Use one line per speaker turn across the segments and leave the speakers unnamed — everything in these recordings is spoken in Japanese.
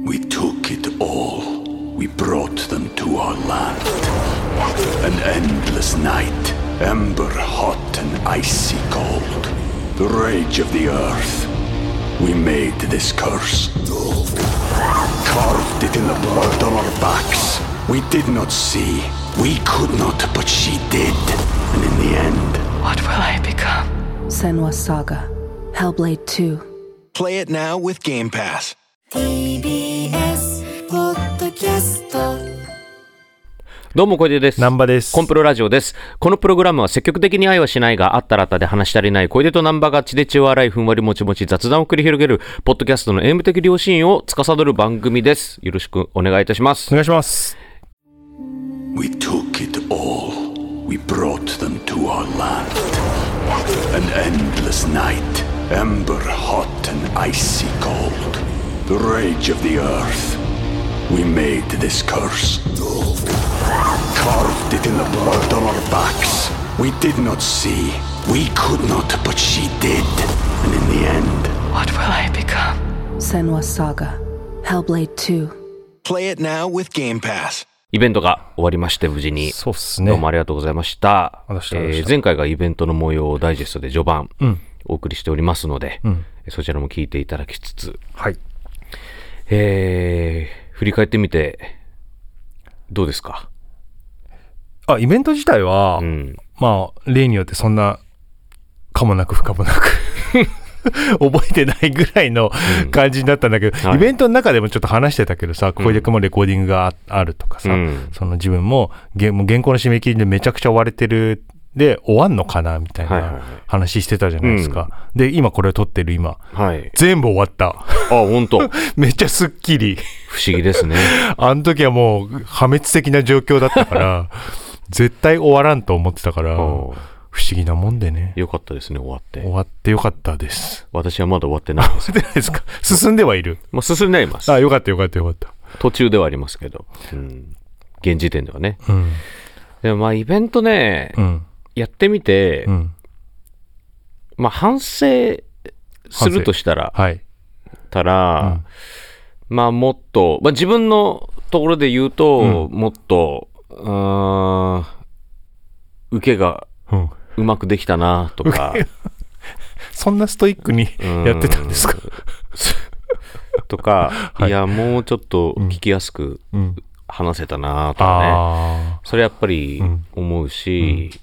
We took it all. We brought them to our land. An endless night, ember hot and icy cold. The rage of the earth. We made this curse. Carved it in the blood on our backs. We did not see. We could not, but she did. And in the end...
What will I become?
Senua Saga. Hellblade 2.
Play it now with Game Pass.
TBS ポッドキャスト。
どうも小出です。
南波です。
コンプロラジオです。このプログラムは積極的に愛はしないがあったらあったで話し足りない小出と南波が血で血を洗いふんわりもちもち雑談を繰り広げるポッドキャストのエイム的良心を司る番組です。よろしくお願いいたします。
お願いします。
We took it all. We brought them to our land. An endless night, ember hot and icy cold. The rage of the earth. We made this curse. Carved it in the blood on our backs. We did not see. We could not, but she did. And in the end...
What will I become?
Senua Saga. Hellblade 2.
Play it now with Game Pass.
イベントが終わりまして無事に。
そうっすね。
どうもありがとうございました。前回がイベントの模様をダイジェストで序盤、お送りしておりますので、そちらも聞いていただきつつ、
はい。
振り返ってみてどうですか？
イベント自体は、まあ例によってそんな可もなく不可もなく覚えてないぐらいの感じになったんだけど、イベントの中でもちょっと話してたけどさ、小出君もレコーディングが あるとかさ、その自分も原稿の締め切りでめちゃくちゃ追われてるで終わんのかなみたいな話してたじゃないですか。で今これを撮ってる今、全部終わった。
本当。
めっちゃすっきり。
不思議ですね。
あの時はもう破滅的な状況だったから絶対終わらんと思ってたから不思議なもんでね。
よかったですね。終わって
よかったです。
私はまだ終わってないです。
終わってないですか？進んではいる。
進んではいます。
よかった。
途中ではありますけど、現時点ではね。でもまあイベントね、やってみて、まあ反省するとしたら、まあもっと、まあ、自分のところで言うと、もっと受けがうまくできたなとか
そんなストイックにやってたんですか
とか、いやもうちょっと聞きやすく話せたなとかね、それやっぱり思うし、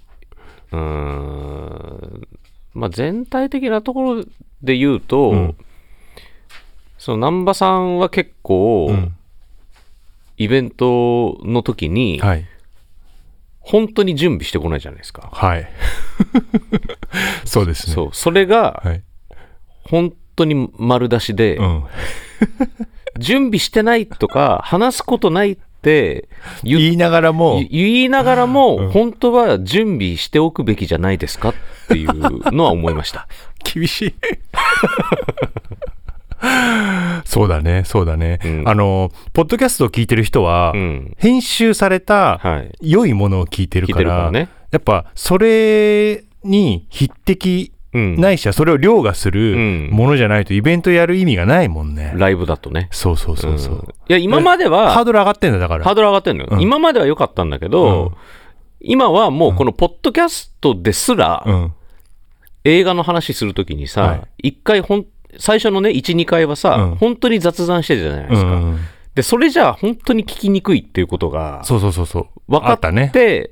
まあ全体的なところで言うと、その南波さんは結構、イベントの時に、本当に準備してこないじゃないですか。
そうですね。
それが、本当に丸出しで、準備してないとか話すことないって言いながらも、本当は準備しておくべきじゃないですかっていうのは思いました。
厳しい。そうだね。ポッドキャストを聞いてる人は、編集された良いものを聞いてるから、やっぱそれに匹敵ないしはそれを凌駕するものじゃないとイベントやる意味がないもんね。
ライブだとね。
そう。
いや今までは
ハードル上がってんだから。
ハードル上がってんのよ。今までは良かったんだけど、今はもうこのポッドキャストですら、映画の話するときにさ、一回最初のね 1,2 回はさ、本当に雑談してたじゃないですか。でそれじゃあ本当に聞きにくいっていうことが分かって、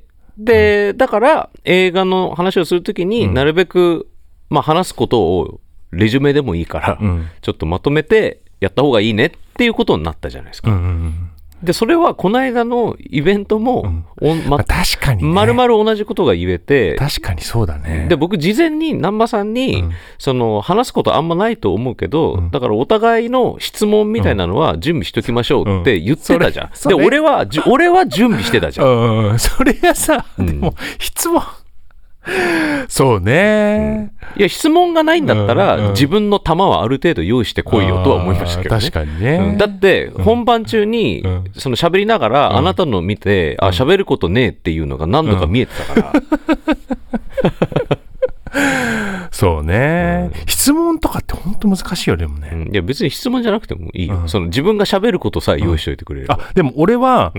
でだから映画の話をするときになるべくまあ話すことをレジュメでもいいから、ちょっとまとめてやった方がいいねっていうことになったじゃないですか。でそれはこの間のイベントも、
確かにね、
丸々同じことが言えて、
確かにそうだね。
で僕事前に南波さんに、その話すことあんまないと思うけど、だからお互いの質問みたいなのは準備しときましょうって言ってたじゃん。で俺は準備してたじゃん。
それがさ、でも質問そうね、
いや質問がないんだったら、自分の球はある程度用意してこいよとは思いましたけどね。
確かにね、
だって本番中に、その喋りながら、あなたの見て、喋ることねえっていうのが何度か見えてたから、
そうね、質問とかって本当難しいよ。でもね、
いや別に質問じゃなくてもいいよ、その自分が喋ることさえ用意しておいてくれる、
でも俺は、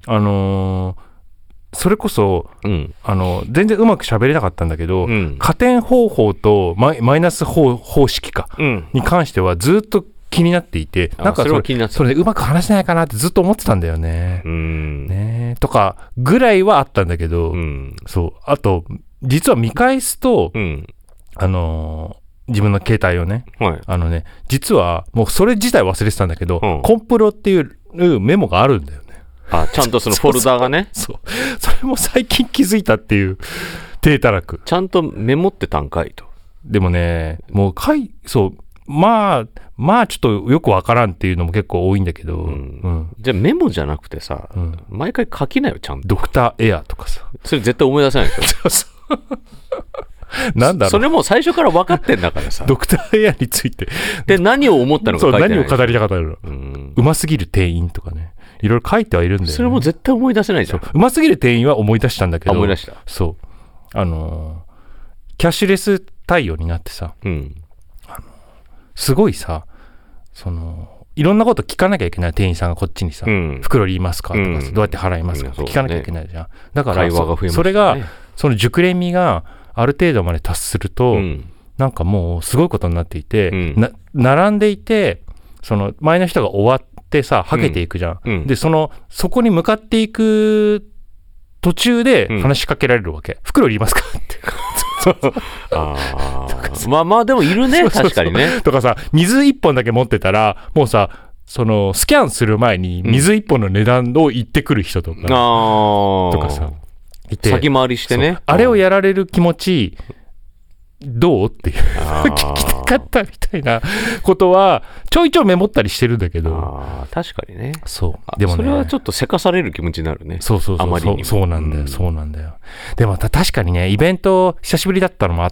それこそ、全然うまく喋れなかったんだけど、加点方法とマイナス方式か、に関してはずっと気になっていて、なんかそれでうまく話せないかなってずっと思ってたんだよね。ねとかぐらいはあったんだけど、そうあと実は見返すと、自分の携帯をね、実はもうそれ自体忘れてたんだけど、コンプロっていうメモがあるんだよね。
ちゃんとそのフォルダがね。
そうそれも最近気づいたっていう低たらく。
ちゃんとメモってたんかいと。で
もね、もうそうまあちょっとよくわからんっていうのも結構多いんだけど、
じゃあメモじゃなくてさ、毎回書きなよちゃんと。
ドクターエアとかさ、
それ絶対思い出せないでしょ。なんだろう、それもう最初から分かってんだからさ。
ドクターエアについて
で何を思ったのか書いてない。
何を語りたかったの、うますぎる店員とかね、いろいろ書いてはいるんだよね。
それも絶対思い出せないじゃん。
うますぎる店員は思い出したんだけど、
思い出した。
そうキャッシュレス対応になってさ、すごいさ、いろんなこと聞かなきゃいけない。店員さんがこっちにさ、袋いりますかとかさ、どうやって払いますかとか聞かなきゃいけないじゃん。だからそれがその熟練味がある程度まで達すると、なんかもうすごいことになっていて、並んでいて、その前の人が終わってさ、はけていくじゃん。でそこに向かっていく途中で話しかけられるわけ。袋いりますかって
まあでもいるね、確かにね。
とかさ、水1本だけ持ってたらもうさ、スキャンする前に水1本の値段を言ってくる人とか、とかさいて、
先回りしてね、
あれをやられる気持ちどうっていう聞きたかったみたいなことはちょいちょいメモったりしてるんだけど、
確かにね。
そうでもね、
それはちょっとせかされる気持ちになるね。
あまりにもそうなんだよ、そうなんだよ。でも確かにね、イベント久しぶりだったのもあって、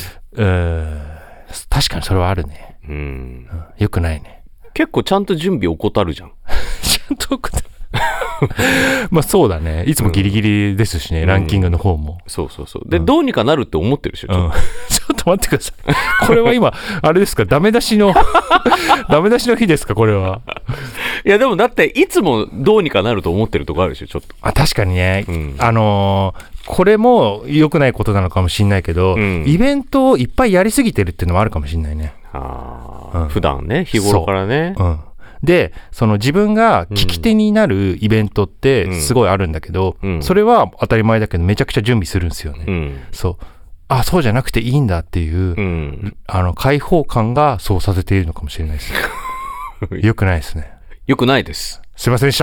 確かにそれはあるね。よくないね。
結構ちゃんと準備怠るじゃん。
ちゃんと怠るまあそうだね、いつもギリギリですしね、ランキングの方も。
そうで、どうにかなるって思ってるでしょ。ちょ
っと待ってください。これは今あれですか、ダメ出しの日ですか、これは。
いやでもだっていつもどうにかなると思ってるとこあるでしょ、ちょっと。
確かにね、これも良くないことなのかもしれないけど、イベントをいっぱいやりすぎてるっていうのもあるかもしれないね。
普段ね、日頃からね。
で自分が聞き手になるイベントってすごいあるんだけど、それは当たり前だけどめちゃくちゃ準備するんですよね。そうじゃなくていいんだっていう、解放感がそうさせているのかもしれないですよくないですね。
よくないです。
すいませんでした。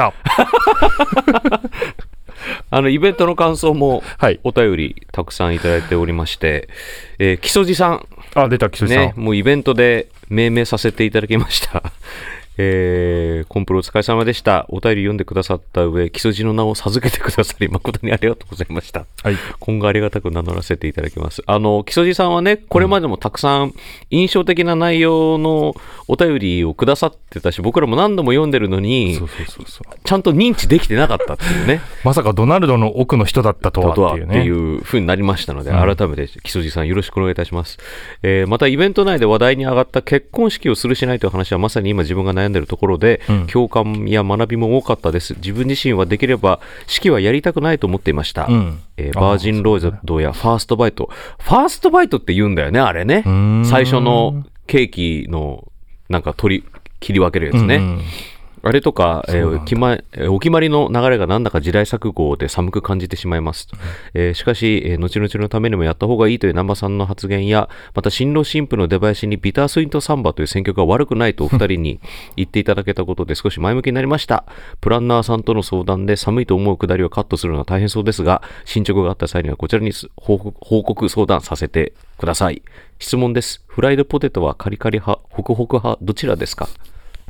イベントの感想もお便りたくさんいただいておりまして、木曽路さん、
出た木曽路さん、ね、
もうイベントで命名させていただきましたコンプロお疲れ様でした。お便り読んでくださった上、木曽路の名を授けてくださり誠にありがとうございました。今後ありがたく名乗らせていただきます。木曽路さんはね、これまでもたくさん印象的な内容のお便りをくださってたし、僕らも何度も読んでるのにちゃんと認知できてなかったっていうね。
まさかドナルドの奥の人だったとはっていうね、
っていう風になりましたので、改めて木曽路さんよろしくお願いいたします。またイベント内で話題に上がった結婚式をするしないという話はまさに今自分が悩んでいるところで、共感や学びも多かったです。自分自身はできれば式はやりたくないと思っていました。バージンロードやファーストバイトって言うんだよね、あれね。最初のケーキのなんか切り分けるやつね。あれとか、お決まりの流れがなんだか時代錯誤で寒く感じてしまいます。しかし、後々のためにもやった方がいいという南波さんの発言や、また新郎新婦の出囃子にビタースイートサンバという選曲が悪くないとお二人に言っていただけたことで少し前向きになりました。プランナーさんとの相談で寒いと思うくだりをカットするのは大変そうですが、進捗があった際にはこちらに報告相談させてください。質問です。フライドポテトはカリカリ派、ホクホク派、どちらですか？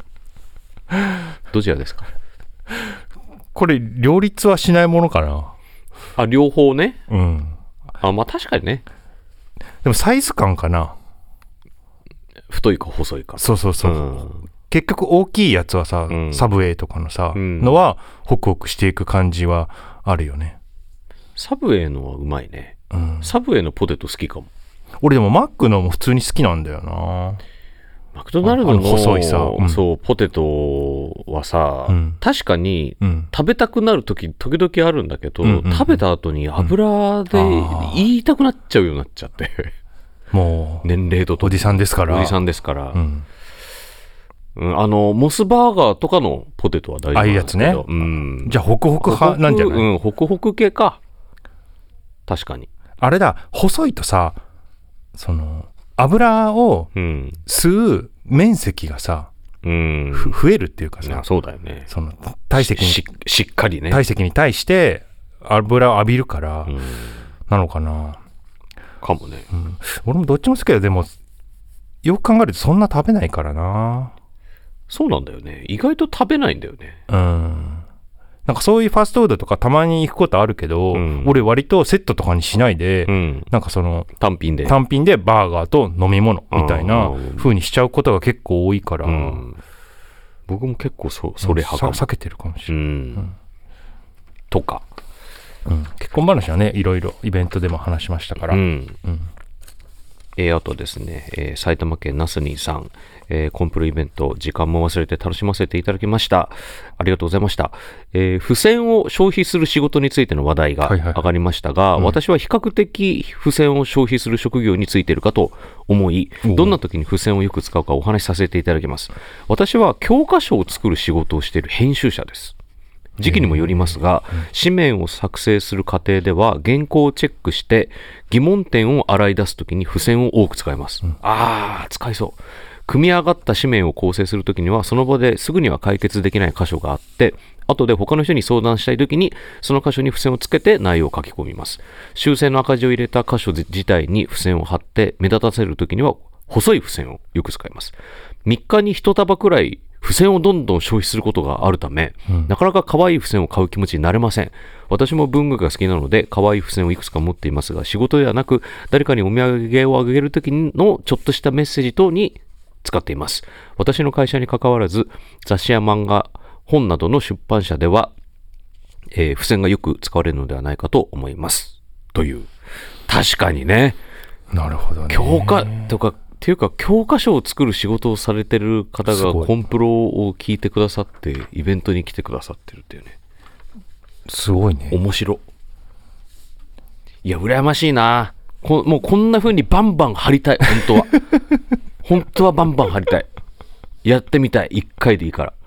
どちらですか？
これ両立はしないものかな。
両方ね。
ま
あ確かにね。
でもサイズ感かな。
太いか細いか。
そう、結局大きいやつはさ、サブウェイとかのさ、のはホクホクしていく感じはあるよね。
サブウェイのはうまいね。 サブウェイのポテト好きかも。
俺でもマックのも普通に好きなんだよな。
マクドナルドの
細いさ、
そうポテトはさ、確かに食べたくなる時時々あるんだけど、食べた後に油で言いたくなっちゃうようになっちゃって、
もう
年齢と
おじさんですから。
モスバーガーとかのポテトは大丈夫なんですけど、
ああいうやつね。じゃあホクホク派なんじゃない？
ホクホク系か。確かに。
あれだ、細いとさ、その油を吸う面積がさ、増えるっていうかさ、
そうだよね。
その体積に
しっかりね、
体積に対して油を浴びるからなのかな。
かもね。
俺もどっちも好きだよ。でもよく考えるとそんな食べないからな。
そうなんだよね。意外と食べないんだよね。
なんかそういうファストフードとかたまに行くことあるけど、俺割とセットとかにしないで、なんかその単品でバーガーと飲み物みたいな風にしちゃうことが結構多いから、
僕も結構それ派かも。
避けてるかもしれない。
とか、
結婚話はね、いろいろイベントでも話しましたから。
あとですね、埼玉県ナスニーさん、コンプルイベント、時間も忘れて楽しませていただきました。ありがとうございました。付箋を消費する仕事についての話題が上がりましたが、私は比較的付箋を消費する職業についているかと思い、どんな時に付箋をよく使うかお話しさせていただきます。私は教科書を作る仕事をしている編集者です。時期にもよりますが、紙面を作成する過程では原稿をチェックして疑問点を洗い出すときに付箋を多く使います。使いそう。組み上がった紙面を構成するときにはその場ですぐには解決できない箇所があって、後で他の人に相談したいときにその箇所に付箋をつけて内容を書き込みます。修正の赤字を入れた箇所自体に付箋を貼って目立たせるときには細い付箋をよく使います。3日に1束くらい付箋をどんどん消費することがあるため、なかなか可愛い付箋を買う気持ちになれません。私も文具が好きなので可愛い付箋をいくつか持っていますが、仕事ではなく誰かにお土産をあげるときのちょっとしたメッセージ等に使っています。私の会社に関わらず雑誌や漫画、本などの出版社では、付箋がよく使われるのではないかと思いますという。確かにね。
なるほどね。
教科とかっていうか教科書を作る仕事をされてる方がコンプロを聞いてくださってイベントに来てくださってるっていうね。
すごいね。
面白い。いや羨ましいな。もうこんな風にバンバン貼りたい。本当は本当はバンバン貼りたい。やってみたい。1回でいいから。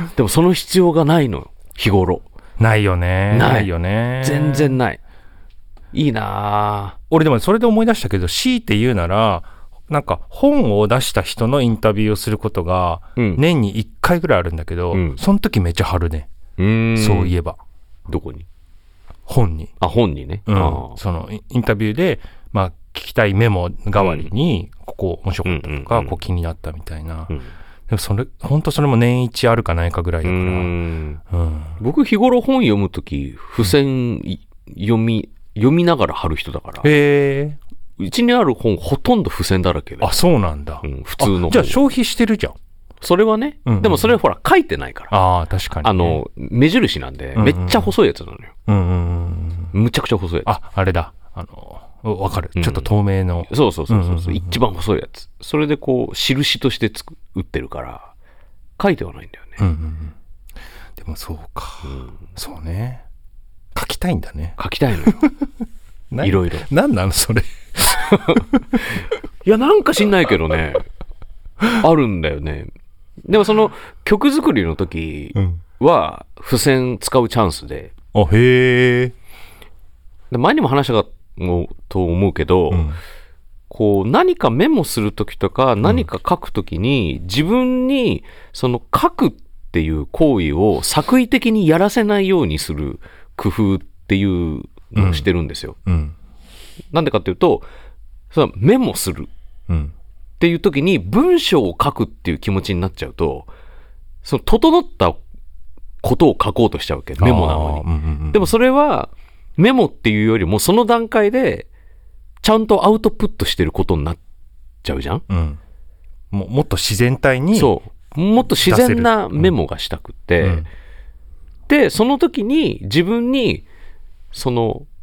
でもその必要がないのよ。日頃
ないよね。ないよね。
全然ない。いいな。
俺でもそれで思い出したけど、強いて言うならなんか本を出した人のインタビューをすることが年に1回ぐらいあるんだけど、その時めっちゃ貼るね。そういえば。
どこに？
本に。
本にね。
そのインタビューで、聞きたいメモ代わりに、ここ面白かったとか、こう気になったみたいな。でも本当それも年一あるかないかぐらいだから。
僕日頃本読むとき、付箋読みながら貼る人だから。うちにある本ほとんど付箋だらけで。
そうなんだ。
普通の本。
じゃあ消費してるじゃん。
それはね。でもそれはほら書いてないから。
確かに、ね。
目印なんで、めっちゃ細いやつなのよ。むちゃくちゃ細いやつ。
あれだ。わかる。ちょっと透明の。
そう。一番細いやつ。それでこう、印として売ってるから、書いてはないんだよね。
でもそうか。そうね。書きたいんだね。
書きたいのよ。いろいろ。
なんなのそれ。
いや、なんか知んないけどね。あるんだよね。でもその曲作りの時は付箋使うチャンスで。
へえ。
前にも話したと思うけど、こう何かメモする時とか何か書く時に自分にその書くっていう行為を作為的にやらせないようにする工夫っていうのをしてるんですよ。なんでかっていうと、そのメモするっていう時に文章を書くっていう気持ちになっちゃうと、その整ったことを書こうとしちゃうわけ、メモなのに。でもそれはメモっていうよりもその段階でちゃんとアウトプットしてることになっちゃうじゃん。
もっと自然体に。
もっと自然なメモがしたくて、でその時に自分にその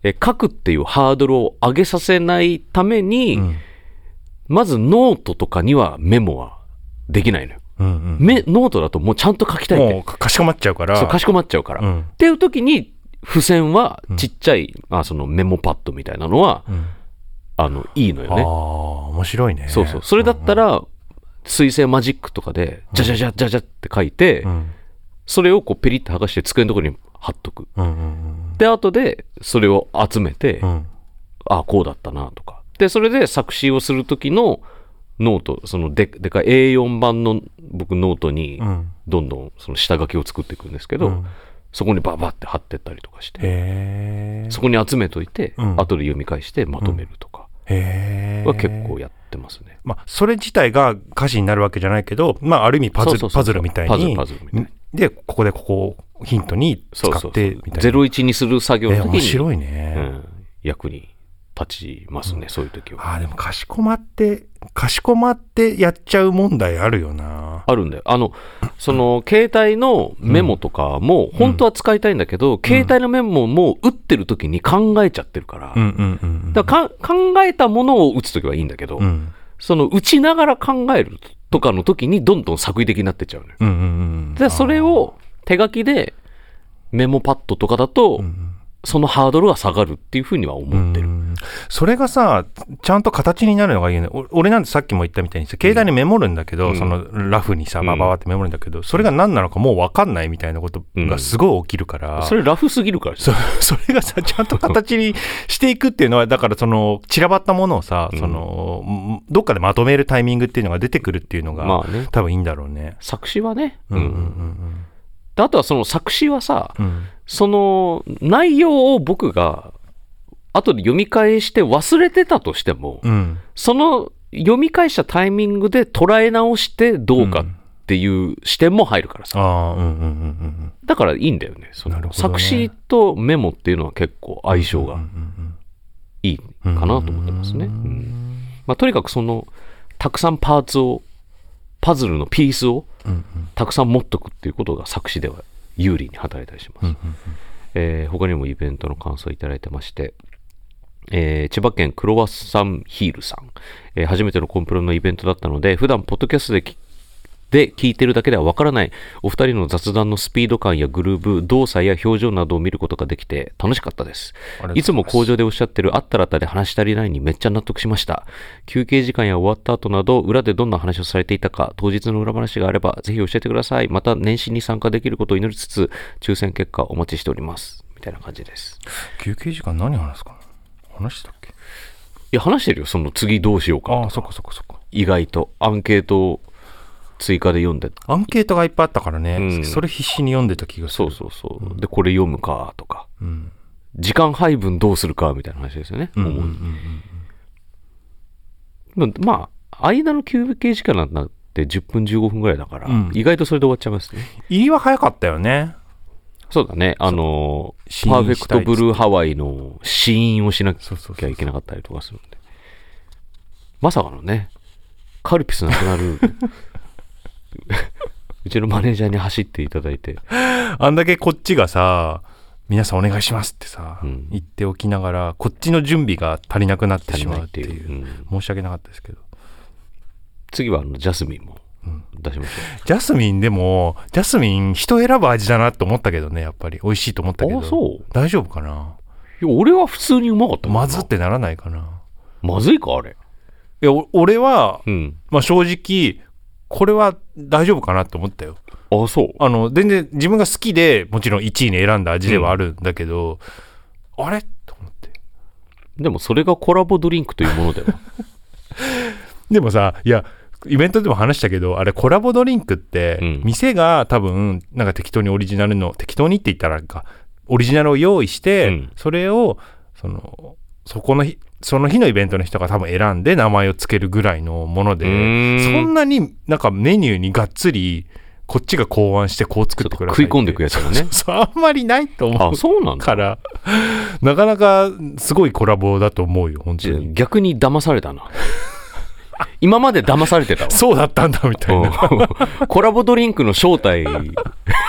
書くっていうハードルを上げさせないために、まずノートとかにはメモはできないのよ。ノートだともうちゃんと書きたいって。
もうかしこまっちゃうから。
そう、かしこまっちゃうから。っていう時に、付箋はちっちゃい、そのメモパッドみたいなのは、いいのよね。
面白いね。
そうそう。それだったら、水性マジックとかで、じゃじゃじゃじゃじゃって書いて、それをこうペリッと剥がして机のところに貼っとく。で、後でそれを集めて、こうだったなとか。で、それで作詞をする時のノート、そのでかい A4 版の僕ノートに、どんどんその下書きを作っていくんですけど、そこにババって貼ってったりとかして、そこに集めといて、後で読み返してまとめるとかは結構やってますね。
それ自体が歌詞になるわけじゃないけど、ある意味パズルみたいに。で、ここをヒントに使ってみたいな。
01にする作業の時に、
面白いね。
役に立ちますね、そういう時は。
でもかしこまってやっちゃう問題あるよな。
あるんだよ。その携帯のメモとかも本当は使いたいんだけど、携帯のメモも打ってる時に考えちゃってるから、だから考えたものを打つ時はいいんだけど、その打ちながら考えるとかの時にどんどん作為的になってっちゃうのよ。でそれを手書きでメモパッドとかだと、そのハードルは下がるっていうふうには思ってる。
それがさ、ちゃんと形になるのがいいね。俺なんてさっきも言ったみたいにさ、携帯にメモるんだけど、そのラフにさ、バババってメモるんだけど、それが何なのかもう分かんないみたいなことがすごい起きるから。
それラフすぎるから。
それがさ、ちゃんと形にしていくっていうのは、だからその散らばったものをさ、そのどっかでまとめるタイミングっていうのが出てくるっていうのが、多分いいんだろうね。
作詞はね。あとはその作詞はさ、その内容を僕が後で読み返して忘れてたとしても、その読み返したタイミングで捉え直してどうかっていう視点も入るからさ、だからいいんだよね。その作詞とメモっていうのは結構相性がいいかなと思ってますね。とにかくそのたくさんパズルのピースをたくさん持っとくっていうことが作詞では有利に働いたりします。他にもイベントの感想をいただいてまして、千葉県クロワッサンヒールさん、初めてのコンプロのイベントだったので、普段ポッドキャストで聞いてるだけではわからないお二人の雑談のスピード感やグルーブ、動作や表情などを見ることができて楽しかったです。いつも工場でおっしゃってるあったらあったで話し足りないにめっちゃ納得しました。休憩時間や終わった後など裏でどんな話をされていたか、当日の裏話があればぜひ教えてください。また年始に参加できることを祈りつつ抽選結果お待ちしておりますみたいな感じです。
休憩時間何話すかな。話したっけ。
いや話してるよ。その次どうしようか。
そっか。
意外とアンケートを追加で読んで、
アンケートがいっぱいあったからね、それ必死に読んでた気がする。
そう、でこれ読むかとか、時間配分どうするかみたいな話ですよね。間の休憩時間なんて10分15分ぐらいだから、意外とそれで終わっちゃいますね。
入りは早かったよね。
そうだね。パーフェクトブルーハワイの試飲をしなきゃいけなかったりとかするんで、まさかのね、カルピスなくなるうちのマネージャーに走っていただいて、
あんだけこっちがさ、皆さんお願いしますってさ、言っておきながらこっちの準備が足りなくなってしまうっていう、申し訳なかったですけど、
次はジャスミンも出しましょう。
ジャスミン人選ぶ味だなと思ったけどね、やっぱり美味しいと思ったけど。大丈夫かな。
いや俺は普通にうまかった。
まずってならないかな。
まずいかあれ。
いや俺は、正直これは大丈夫かなと思ったよ。全然自分が好きでもちろん1位に選んだ味ではあるんだけど、あれと思って。
でもそれがコラボドリンクというものでは
でもさ、いやイベントでも話したけど、あれコラボドリンクって、店が多分なんか適当にオリジナルの、適当にって言ったらオリジナルを用意して、それをその日のイベントの人が多分選んで名前をつけるぐらいのもので、そんなになんかメニューにがっつりこっちが考案してこう作ってくださいって
食い込んでいくやつだね。
あんまりないと思う。
そうなんだ。
からなかなかすごいコラボだと思うよ本当に。
逆に騙されたな今まで騙されてたわ。
そうだったんだみたいな
コラボドリンクの正体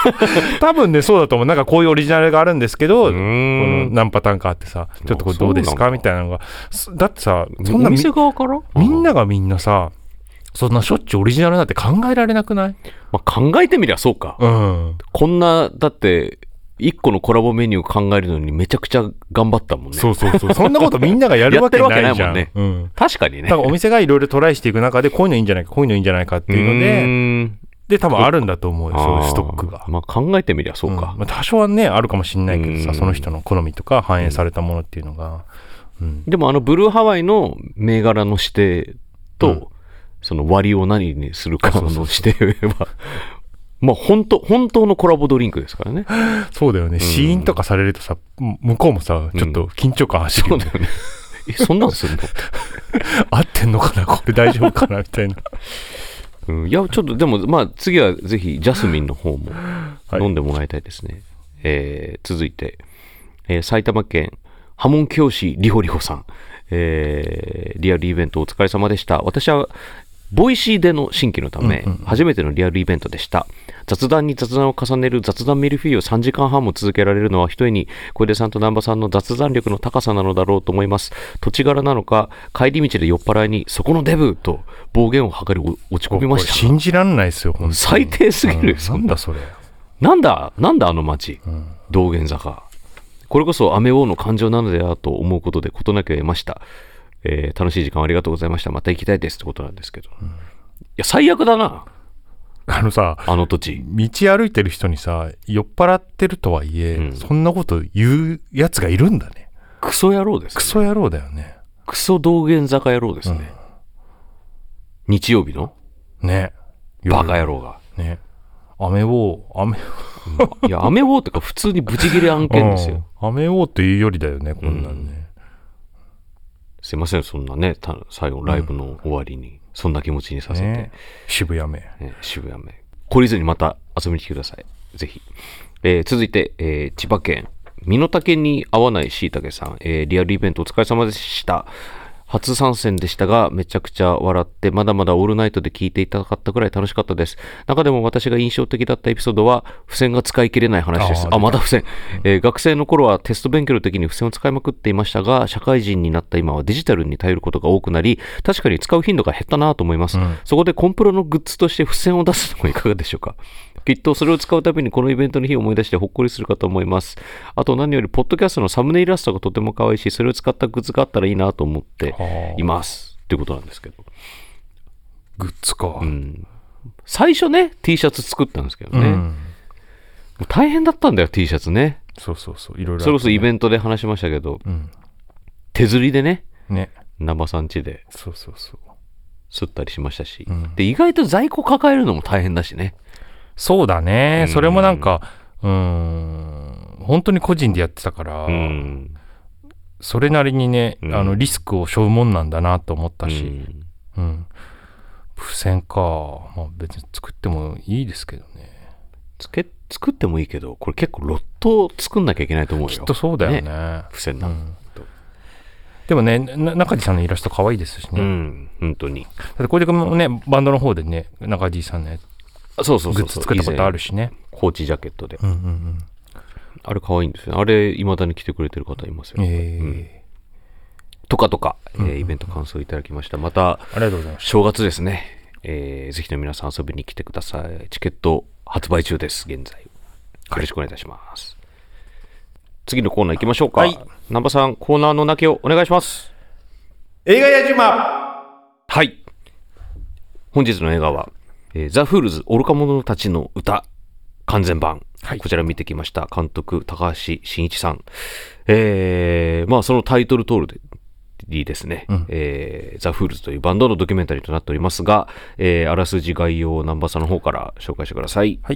多分ねそうだと思う。なんかこういうオリジナルがあるんですけど、この何パターンかあってさ、ちょっとこれどうですかみたいなのが、だってさ、そんな
お店側から
みんながみんなさ、そんなしょっちゅうオリジナルなんて考えられなくない？
まあ、考えてみりゃそうか、こんなだって1個のコラボメニュー考えるのにめちゃくちゃ頑張ったもんね。
そうそんなことみんながやるわけないじゃん。
やってるわけないもんね、確かにね。
だからお店がいろいろトライしていく中でこういうのいいんじゃないかこういうのいいんじゃないかっていうので多分あるんだと思うよ、そういうストックが。まあ
考えてみりゃそうか、
まあ、多少はねあるかもしれないけどさ、その人の好みとか反映されたものっていうのが、
でもブルーハワイの銘柄の指定と、その割を何にするかの指定はまあ本当のコラボドリンクですからね。
そうだよね。試飲とかされるとさ、向こうもさちょっと緊張感走るよね。
そうだよね。そんなんするの
合ってんのかなこれ大丈夫かなみたいな。
いやちょっとでもまあ次はぜひジャスミンの方も飲んでもらいたいですね。続いて、埼玉県ハモン教師リホリホさん、リアルイベントお疲れ様でした。私はボイシーでの新規のため、初めてのリアルイベントでした。雑談に雑談を重ねる雑談ミルフィーユを3時間半も続けられるのは、ひとえに小出さんと南波さんの雑談力の高さなのだろうと思います。土地柄なのか、帰り道で酔っ払いに、そこのデブと暴言を吐かれ落ち込みました。
信じらんないですよ、本当に。
最低すぎるよ、
なんだそれ。
なんだあの町、道玄坂。これこそアメ王の感情なのではと思うことで事なきを得ました。楽しい時間ありがとうございました。また行きたいですってことなんですけど、いや最悪だな。
さ、
あの土地
道歩いてる人にさ、酔っ払ってるとはいえ、そんなこと言うやつがいるんだね。
クソ野郎ですね。
クソ野郎だよね。
クソ道玄坂野郎ですね、日曜日の
ね
バカ野郎が
ね。アメ王
いやアメ王ってか普通にブチギレ案件ですよ。
アメ王っていうよりだよね、こんなんね。
すいません、そんなね、最後ライブの終わりにそんな気持ちにさせて、
渋谷目、
渋谷目懲りずにまた遊びに来てください、ぜひ。続いて、千葉県身の丈に合わないしいたけさん、リアルイベントお疲れ様でした。初参戦でしたが、めちゃくちゃ笑って、まだまだオールナイトで聞いていたかったくらい楽しかったです。中でも私が印象的だったエピソードは、付箋が使い切れない話です。また付箋。学生の頃はテスト勉強の時に付箋を使いまくっていましたが、社会人になった今はデジタルに頼ることが多くなり、確かに使う頻度が減ったなと思います。そこでコンプロのグッズとして付箋を出すのもいかがでしょうか。きっとそれを使うたびにこのイベントの日を思い出してほっこりするかと思います。あと何よりポッドキャストのサムネイラストがとても可愛いし、それを使ったグッズがあったらいいなと思っていますっていうことなんですけど。
グッズか、
最初ね T シャツ作ったんですけどね、もう大変だったんだよ T シャツね。
そういろいろ、
それこそイベントで話しましたけど、手刷りでね生さん家で刷ったりしましたし、で意外と在庫抱えるのも大変だしね。
そうだね、それもなんか本当に個人でやってたから、それなりにね、リスクを背負うもんなんだなと思ったし、付箋か、まあ、別に作ってもいいですけどね。
作ってもいいけど、これ結構ロット作んなきゃいけないと思うよ。
きっとそうだよね。
付箋なの、
でもね、中地さんのイラスト可愛いですしね。
本当に。
だって小出君もね、バンドの方でね、中地さんのやつ
そう
グッズ作ったことあるしね。
コーチジャケットで、あれ可愛いんですよね。あれ未だに着てくれてる方いますよ、とか、イベント感想いただきました。また
ありがとうございます。
正月ですね、ぜひと皆さん遊びに来てください。チケット発売中です、現在。よろしくお願いいたします。次のコーナー行きましょうか。南波さん、コーナーの泣きをお願いします。
映画やじま。
はい、本日の映画はザ・フールズ愚か者たちの歌完全版、こちら見てきました。監督高橋真一さん、まあそのタイトル通りですね、ザ・フールズというバンドのドキュメンタリーとなっておりますが、あらすじ概要を南波さんの方から紹介してください。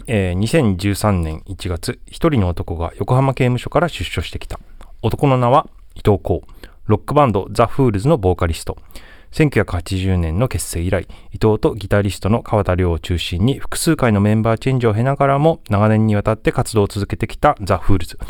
2013年1月、一人の男が横浜刑務所から出所してきた。男の名は伊藤光、ロックバンドザ・フールズのボーカリスト。1980年の結成以来、伊藤とギタリストの川田亮を中心に複数回のメンバーチェンジを経ながらも長年にわたって活動を続けてきたザ・フールズ。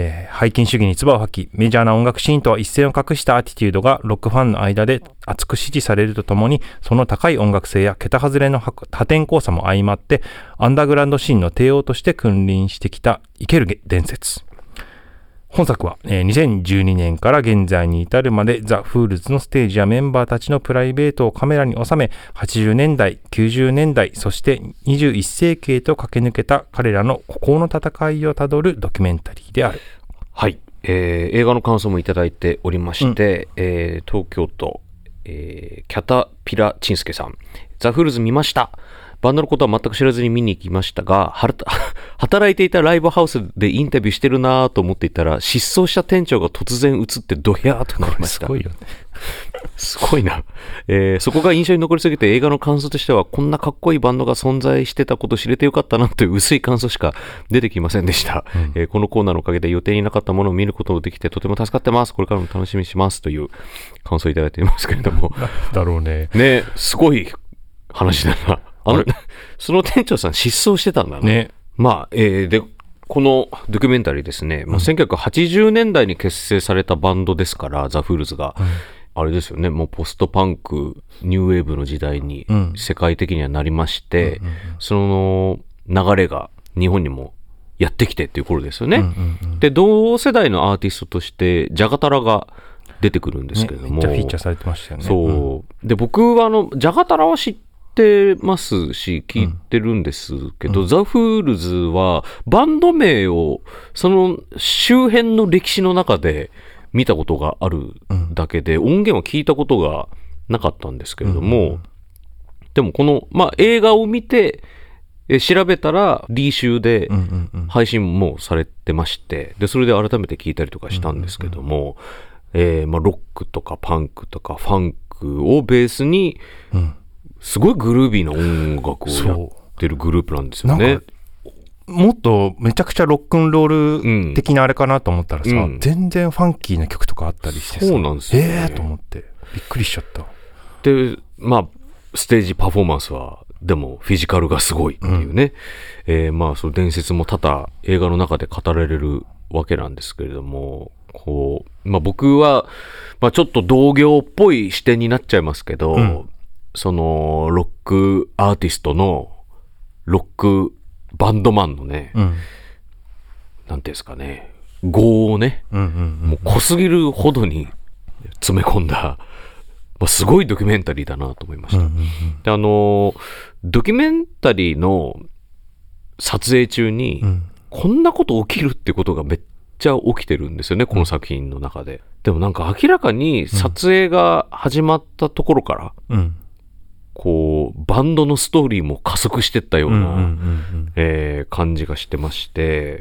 拝金主義に唾を吐き、メジャーな音楽シーンとは一線を画したアティテュードがロックファンの間で熱く支持されるとともに、その高い音楽性や桁外れの破天荒さも相まって、アンダーグラウンドシーンの帝王として君臨してきた生ける伝説。本作は、2012年から現在に至るまでザ・フールズのステージやメンバーたちのプライベートをカメラに収め、80年代、90年代、そして21世紀へと駆け抜けた彼らの孤高の戦いをたどるドキュメンタリーである。
はい、映画の感想もいただいておりまして、東京都、キャタピラチンスケさん、ザ・フールズ見ました。バンドのことは全く知らずに見に行きましたが、働いていたライブハウスでインタビューしてるなぁと思っていたら、失踪した店長が突然映ってドヤーとなりました。
すごいよね。
すごいな。そこが印象に残りすぎて、映画の感想としては、こんなかっこいいバンドが存在してたこと知れてよかったなという薄い感想しか出てきませんでした。このコーナーのおかげで予定になかったものを見ることができてとても助かってます。これからも楽しみにしますという感想をいただいていますけれども。
だろうね。
ね、すごい話だな。その店長さん失踪してたんだね。まあ、で、このドキュメンタリーですね、1980年代に結成されたバンドですから、ザ・フールズが。あれですよね、もうポストパンク、ニューウェーブの時代に世界的にはなりまして、その流れが日本にもやってきてっていう頃ですよね。で、同世代のアーティストとして、ジャガタラが出てくるんですけれども。
めっちゃフィーチャーされてましたよね。
そう。で、僕はジャガタラは知ってますし聞いてるんですけど、ザ・フールズはバンド名をその周辺の歴史の中で見たことがあるだけで、音源は聞いたことがなかったんですけれども、でもこの、映画を見て調べたらリーシュで配信もされてまして、でそれで改めて聞いたりとかしたんですけども、ロックとかパンクとかファンクをベースに、すごいグルービーな音楽をやってるグループなんですよね。
もっとめちゃくちゃロックンロール的なあれかなと思ったらさ、全然ファンキーな曲とかあったりしてさ、
そうなんですよね。
と思ってびっくりしちゃった。
で、ステージパフォーマンスはでもフィジカルがすごいっていうね、その伝説も多々映画の中で語られるわけなんですけれども、こう、僕は、ちょっと同業っぽい視点になっちゃいますけど、そのロックアーティストのロックバンドマンのね、なんていうんですかね、業をね、もう濃すぎるほどに詰め込んだ、すごいドキュメンタリーだなと思いました。で、ドキュメンタリーの撮影中に、こんなこと起きるってことがめっちゃ起きてるんですよね、この作品の中で。でもなんか明らかに撮影が始まったところから、こうバンドのストーリーも加速してったような感じがしてまして、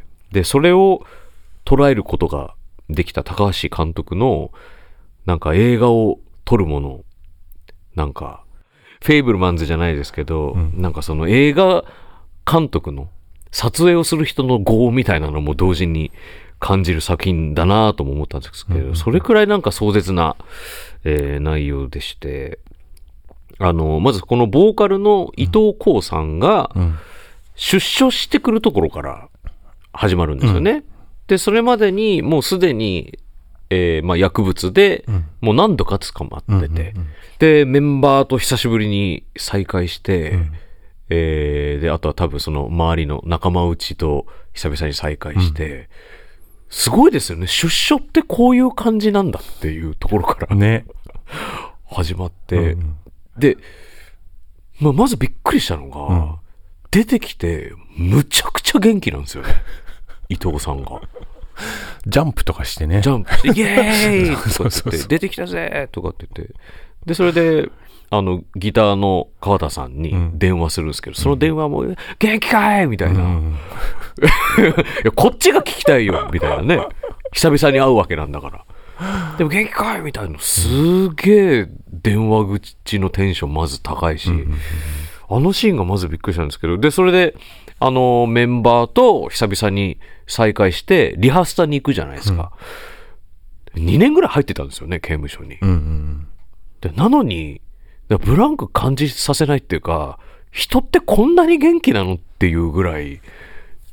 でそれを捉えることができた高橋監督のなんか映画を撮るもの、なんかフェイブルマンズじゃないですけど、なんかその映画監督の撮影をする人の業みたいなのも同時に感じる作品だなとも思ったんですけど、それくらいなんか壮絶な、内容でして、まずこのボーカルの伊藤光さんが出所してくるところから始まるんですよね。でそれまでにもうすでに、薬物でもう何度か捕まってて、でメンバーと久しぶりに再会して、であとは多分その周りの仲間内と久々に再会して、すごいですよね。出所ってこういう感じなんだっていうところからね始まって、で、まずびっくりしたのが、出てきてむちゃくちゃ元気なんですよね伊藤さんが。
ジャンプとかしてね、
ジャンプしてイエーイとかって出てきたぜとかって言って、でそれでギターの川田さんに電話するんですけど、その電話も元気かいみたいな、いやこっちが聞きたいよみたいなね、久々に会うわけなんだから、でも元気かいみたいな、すげえ電話口のテンションまず高いし、あのシーンがまずびっくりしたんですけど、でそれでメンバーと久々に再会してリハーサルに行くじゃないですか、2年ぐらい入ってたんですよね刑務所に、でなのにブランク感じさせないっていうか、人ってこんなに元気なのっていうぐらい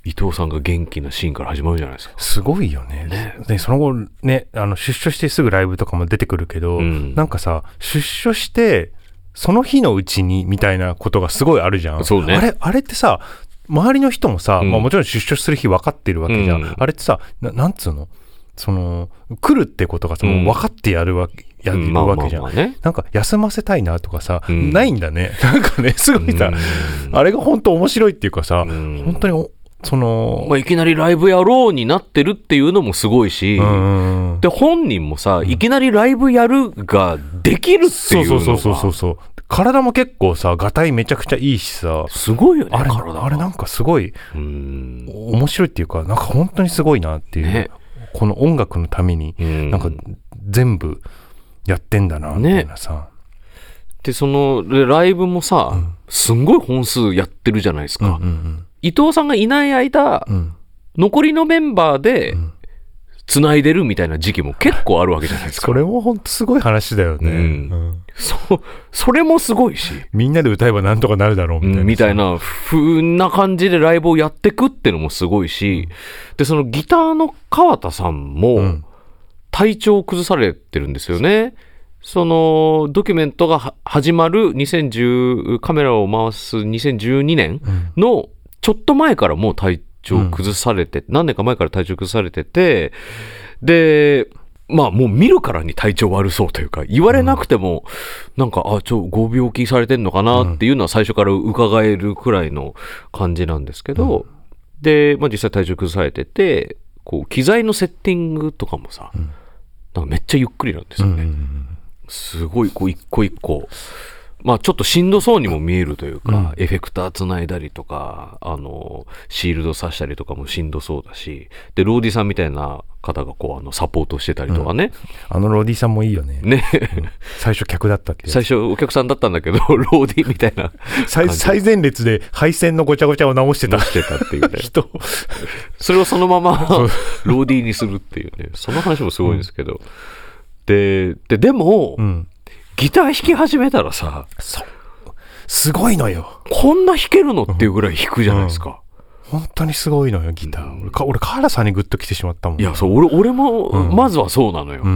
伊藤さんが元気なシーンから始まるじゃないですか。
すごいよね。でその後ね、出所してすぐライブとかも出てくるけど、なんかさ、出所してその日のうちにみたいなことがすごとじゃん。
そうね。
あれってさ、周りの人もさ、もちろん出所する日分かってるわけじゃん。あれってさ、なんつうの、来るってことがさ、もう分かってやるわけじゃん。なんか休ませたいなとかさ、ないんだね。なんかね、すごいさ、あれが本当面白いっていうかさ、本当に
いきなりライブやろうになってるっていうのもすごいし、で本人もさ、いきなりライブやるができるっていうのが、
そう体も結構さ、がたいめちゃくちゃいいしさ、
すごいよね。
あれなんかすごい面白いっていうか、なんか本当にすごいなっていう、ね、この音楽のためになんか全部やってんだなみたいなさ、ね、
でそのライブもさ、すんごい本数やってるじゃないですか。伊藤さんがいない間、残りのメンバーで繋いでるみたいな時期も結構あるわけじゃないですか。
それも本当すごい話だよね。
それもすごいし、
みんなで歌えばなんとかなるだろう
みたいな風な感じでライブをやってくってのもすごいし、でそのギターの川田さんも体調を崩されてるんですよね。そのドキュメントが始まるカメラを回す2012年のちょっと前からもう体調崩されて、何年か前から体調崩されてて、でもう見るからに体調悪そうというか、言われなくてもなんかご病気されてんのかなっていうのは最初から伺えるくらいの感じなんですけど、で、実際体調崩されてて、こう機材のセッティングとかもさ、なんかめっちゃゆっくりなんですよね。すごいこう一個一個、ちょっとしんどそうにも見えるというか、エフェクターつないだりとか、シールド刺したりとかもしんどそうだし、でローディさんみたいな方がこうサポートしてたりとかね、
ローディさんもいいよね。最初客だったっけ？
最初お客さんだったんだけど、ローディみたいな
最前列で配線のごちゃごちゃを直してた
っていうね人それをそのままローディにするっていうね、その話もすごいんですけど、でも、ギター弾き始めたらさ、
すごいのよ。
こんな弾けるのっていうぐらい弾くじゃないですか。
本当にすごいのよ、ギター。俺川原さんにグッと来てしまったもん。
いや、そう、俺も、まずはそうなのよ。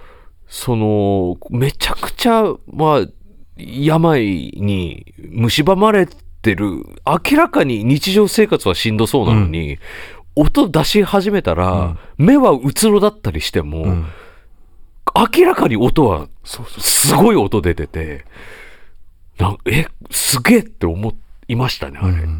めちゃくちゃ、病に蝕まれてる、明らかに日常生活はしんどそうなのに、音出し始めたら、目はうつろだったりしても、明らかに音はすごい音出てて、すげえって思いましたね、あれ。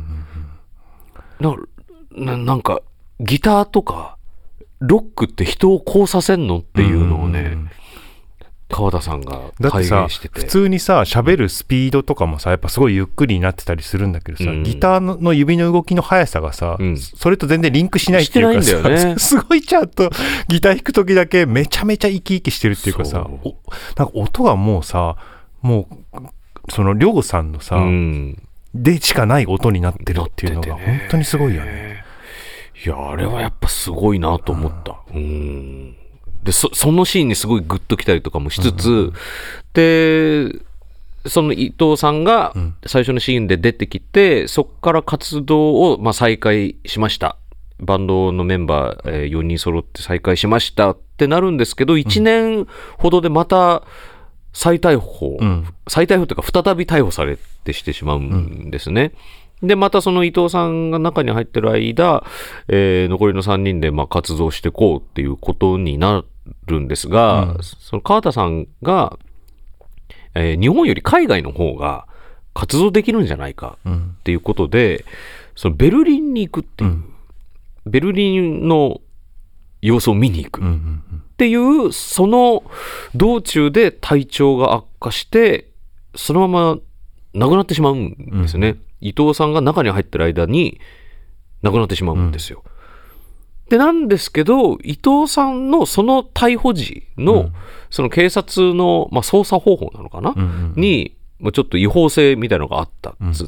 なんかギターとかロックって人をこうさせんのっていうのをね、川田さんが体現してて、
普通にさ喋るスピードとかもさやっぱすごいゆっくりになってたりするんだけどさ、ギターの指の動きの速さがさ、それと全然リンクしないっていうかさ、
してないんだよね。
すごいちゃんとギター弾く時だけめちゃめちゃ生き生きしてるっていうかさ、なんか音がもうさ、もうその亮さんのさ、でしかない音になってるっていうのが本当にすごいよね。
いや、あれはやっぱすごいなと思った。でそのシーンにすごいグッときたりとかもしつつ、でその伊藤さんが最初のシーンで出てきて、そこから活動を再開しました、バンドのメンバー、4人揃って再開しましたってなるんですけど、1年ほどでまた再逮捕というか再び逮捕されてしてしまうんですね。でまたその伊藤さんが中に入ってる間、残りの3人で活動していこうっていうことになるんですが、その川田さんが、日本より海外の方が活動できるんじゃないかっていうことで、そのベルリンに行くっていう、ベルリンの様子を見に行くっていう、その道中で体調が悪化してそのまま亡くなってしまうんですね。伊藤さんが中に入ってる間に亡くなってしまうんですよ。でなんですけど、伊藤さんのその逮捕時の、その警察の、捜査方法なのかな、にちょっと違法性みたいなのがあったっつって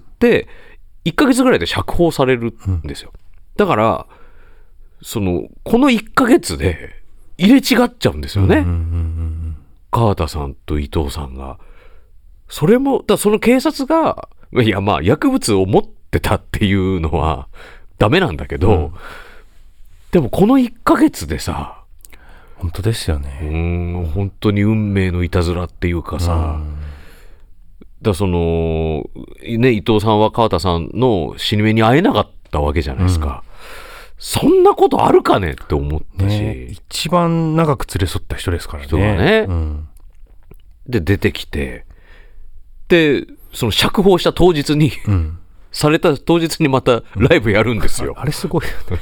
、1ヶ月ぐらいで釈放されるんですよ。だからこの1ヶ月で入れ違っちゃうんですよね、川田さんと伊藤さんが。それもその警察が薬物を持ってたっていうのはダメなんだけど、でもこの1ヶ月でさ、
本当ですよね。
本当に運命のいたずらっていうかさ、だそのね、伊藤さんは川田さんの死に目に会えなかったわけじゃないですか。そんなことあるかねって思ったし、
ね、一番長く連れ添った人ですからね。
人がね、で出てきて、でその釈放した当日に、された当日にまたライブやるんですよ。
あれすごいよね。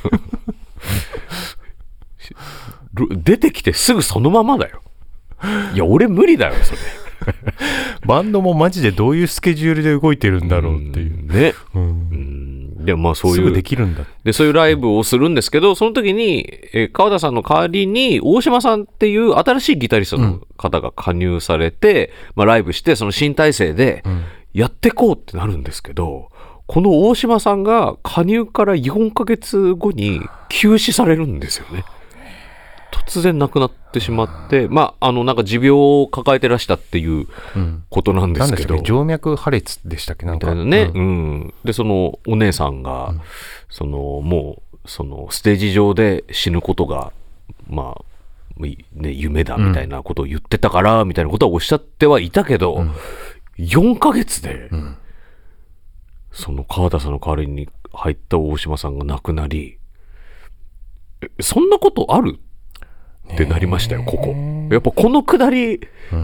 出てきてすぐそのままだよ。いや俺無理だよそれ。
バンドもマジでどういうスケジュールで動いてるんだろうっていう
ね。でもまあそういう
すぐできるんだ。
でそういうライブをするんですけど、その時に、川田さんの代わりに大島さんっていう新しいギタリストの方が加入されて、ライブしてその新体制でやってこうってなるんですけど、この大島さんが加入から4ヶ月後に休止されるんですよね。突然亡くなってしまって、なんか持病を抱えてらしたっていうことなんですけど、
静脈破裂でしたっけ、なんか
ね、でそのお姉さんが、そのもうそのステージ上で死ぬことが夢だみたいなことを言ってたからみたいなことはおっしゃってはいたけど、4ヶ月で、その川田さんの代わりに入った大島さんが亡くなり、そんなことあるってなりましたよ、ここ。やっぱこのくだり、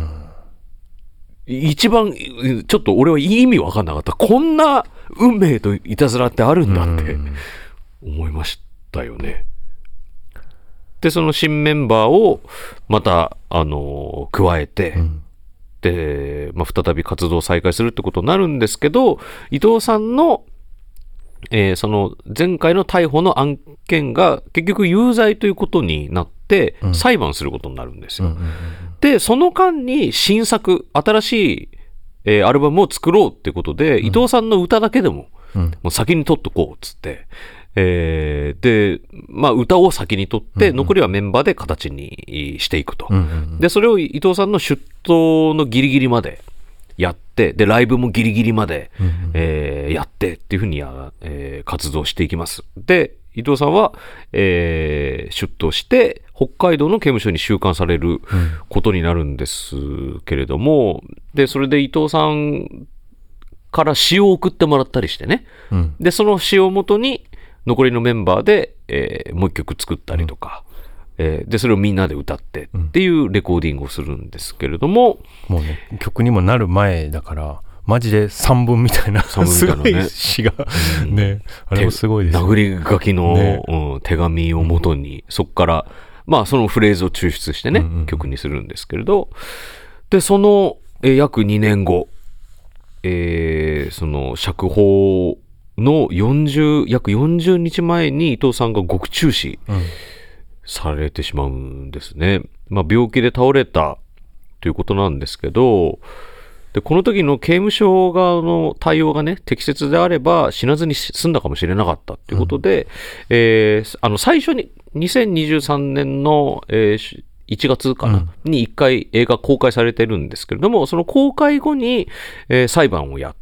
一番ちょっと俺は意味わかんなかった。こんな運命といたずらってあるんだって思いましたよね。でその新メンバーをまた加えて、で、再び活動を再開するってことになるんですけど、伊藤さんのその前回の逮捕の案件が結局有罪ということになって裁判することになるんですよ。でその間に新作新しい、アルバムを作ろうっていうことで、伊藤さんの歌だけでも、もう先に撮っとこうっつって、で歌を先に撮って残りはメンバーで形にしていくと。でそれを伊藤さんの出頭のギリギリまでやって、でライブもギリギリまで、やってっていうふうに活動していきます。で伊藤さんは、出頭して北海道の刑務所に収監されることになるんですけれども、でそれで伊藤さんから詩を送ってもらったりしてね、でその詩をもとに残りのメンバーで、もう一曲作ったりとか、でそれをみんなで歌ってっていうレコーディングをするんですけれども、
もうね曲にもなる前だからマジで散文みたいなすごい詩がね、あれもすごいですね。
殴り書きの、手紙をもとに、そこからそのフレーズを抽出してね、曲にするんですけれど、でその、約2年後、その釈放の約40日前に伊藤さんが獄中死されてしまうんですね。病気で倒れたということなんですけど、でこの時の刑務所側の対応がね適切であれば死なずに済んだかもしれなかったということで、最初に2023年の、1月かな、に1回映画公開されてるんですけれども、その公開後に、裁判をやって、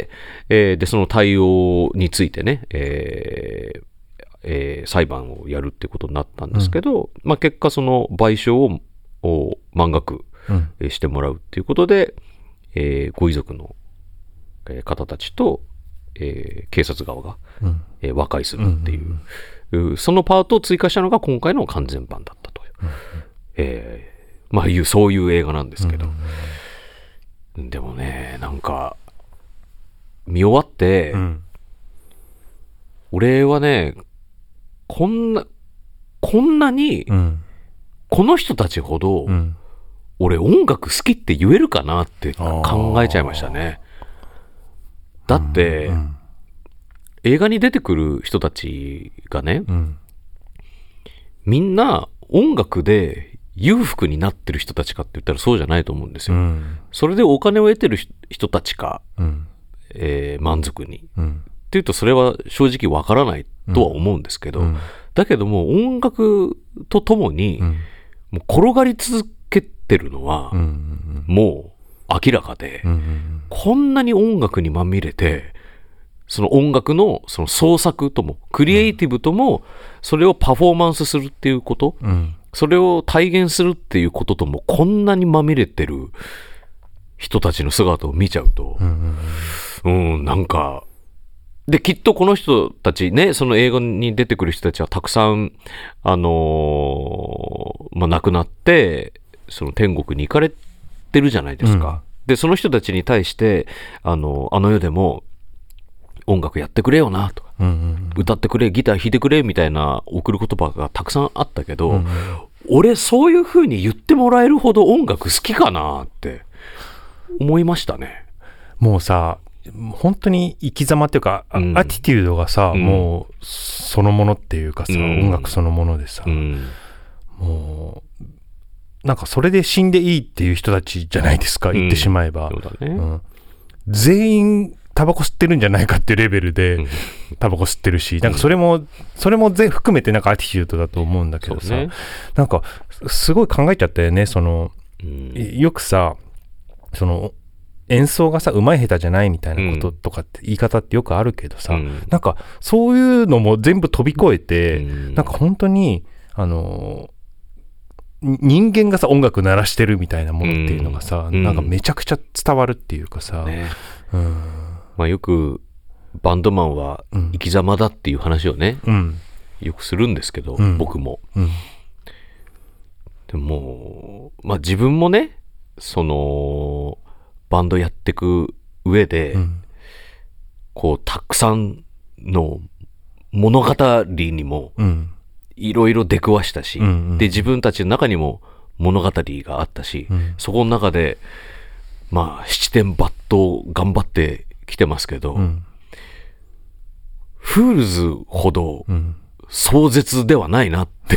でその対応についてね、裁判をやるっていうことになったんですけど、結果その賠償を満額、してもらうっていうことで、ご遺族の方たちと、警察側が、和解するっていう、そのパートを追加したのが今回の完全版だったという、そういう映画なんですけど、でもねなんか見終わって、俺はねこんなに、この人たちほど、俺音楽好きって言えるかなって考えちゃいましたね。だって、映画に出てくる人たちがね、みんな音楽で裕福になってる人たちかって言ったらそうじゃないと思うんですよ。それでお金を得てる人たちか、満足に、っていうとそれは正直わからないとは思うんですけど、だけども音楽とともに、もう転がり続けてるのは、もう明らかで、こんなに音楽にまみれてその音楽のその創作ともクリエイティブともそれをパフォーマンスするっていうこと、それを体現するっていうことともこんなにまみれてる人たちの姿を見ちゃうと、なんかできっとこの人たちね、その映画に出てくる人たちはたくさん亡くなってその天国に行かれてるじゃないですか。でその人たちに対してあの世でも音楽やってくれよなとか、歌ってくれ、ギター弾いてくれみたいな送る言葉がたくさんあったけど、俺そういう風に言ってもらえるほど音楽好きかなって思いましたね。
もうさ、本当に生き様っていうか、アティテュードがさ、もうそのものっていうかさ、音楽そのものでさ、もうなんかそれで死んでいいっていう人たちじゃないですか、言ってしまえば。そうだね。全員タバコ吸ってるんじゃないかっていうレベルでタバコ吸ってるし、なんかそれも含めてなんかアティチュードだと思うんだけどさ、なんかすごい考えちゃったよね。その、よくさ、その演奏がさ、うまい下手じゃないみたいなこととかって言い方ってよくあるけどさ、なんかそういうのも全部飛び越えて、なんか本当に人間がさ音楽鳴らしてるみたいなものっていうのがさ、なんかめちゃくちゃ伝わるっていうかさ、
まあ、よくバンドマンは生き様だっていう話をね、よくするんですけど、僕も、でも、まあ、自分もねそのバンドやってく上で、こうたくさんの物語にもいろいろ出くわしたし、で自分たちの中にも物語があったし、そこの中でまあ七点抜刀頑張ってきてますけど、フールズほど壮絶ではないなって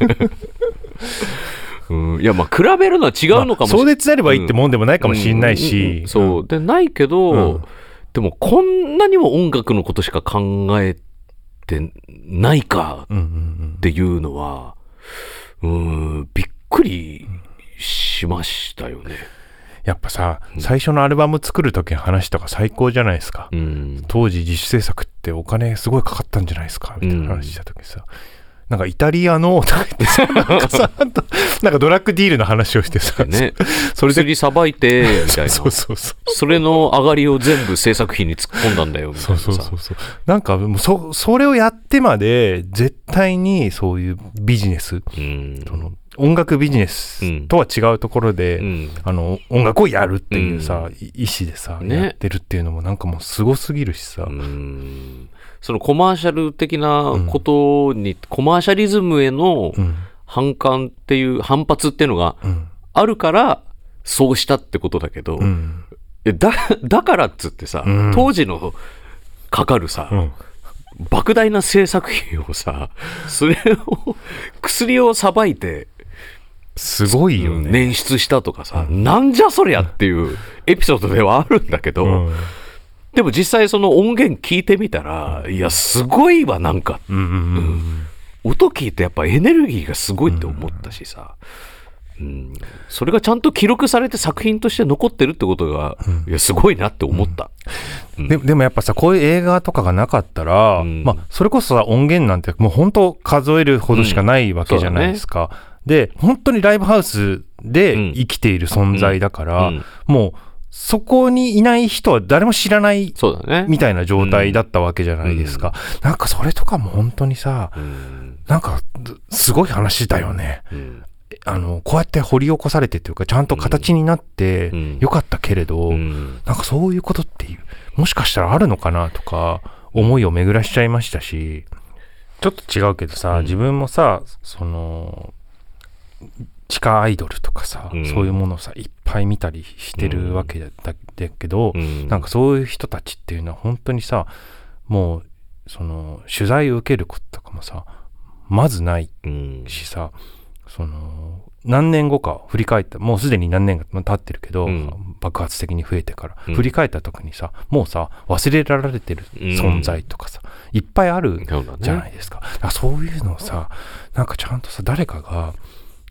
いやまあ比べるのは違うのかもしれない、
壮絶であればいいってもんでもないかもしれないし、
そうでないけど、でもこんなにも音楽のことしか考えてないかっていうのはびっくりしましたよね。
やっぱさ、最初のアルバム作る時の話とか最高じゃないですか、当時自主制作ってお金すごいかかったんじゃないですかみたいな話した時さ、なんかイタリアのとか言ってさ、なんかさなんかドラッグディールの話をしてさ、
ね、それで薬さばいてみたいなそれの上がりを全部制作費に突っ込んだんだよみたいなさ、
なんかもうそれをやってまで絶対にそういうビジネス、その音楽ビジネスとは違うところで、音楽をやるっていうさ、意思でさ、やってるっていうのもなんかもうすごすぎるしさ、
そのコマーシャル的なことに、コマーシャリズムへの反感っていう反発っていうのがあるからそうしたってことだけど、だからっつってさ、当時のかかるさ、莫大な制作費をさ、それを薬をさばいて
すごいよね、
捻出したとかさ、なんじゃそりゃっていうエピソードではあるんだけど、でも実際その音源聞いてみたら、いやすごいわ、なんか、音聞いてやっぱエネルギーがすごいって思ったしさ、それがちゃんと記録されて作品として残ってるってことが、いやすごいなって思った。
でもやっぱさ、こういう映画とかがなかったら、まあそれこそさ、音源なんてもう本当数えるほどしかないわけじゃないですか。で本当にライブハウスで生きている存在だから、もうそこにいない人は誰も知らないみたいな状態だったわけじゃないですか。なんかそれとかも本当にさ、なんかすごい話だよね。こうやって掘り起こされてっていうか、ちゃんと形になってよかったけれど、なんかそういうことっていうもしかしたらあるのかなとか思いを巡らしちゃいましたし、ちょっと違うけどさ、自分もさ、その地下アイドルとかさ、そういうものをさいっぱい見たりしてるわけだけど、なんかそういう人たちっていうのは本当にさ、もうその取材を受けることとかもさまずないしさ、その何年後か振り返った、もうすでに何年か経ってるけど、爆発的に増えてから、振り返った時にさ、もうさ忘れられてる存在とかさ、いっぱいあるじゃないですか。だからそういうのをさ、なんかちゃんとさ、誰かが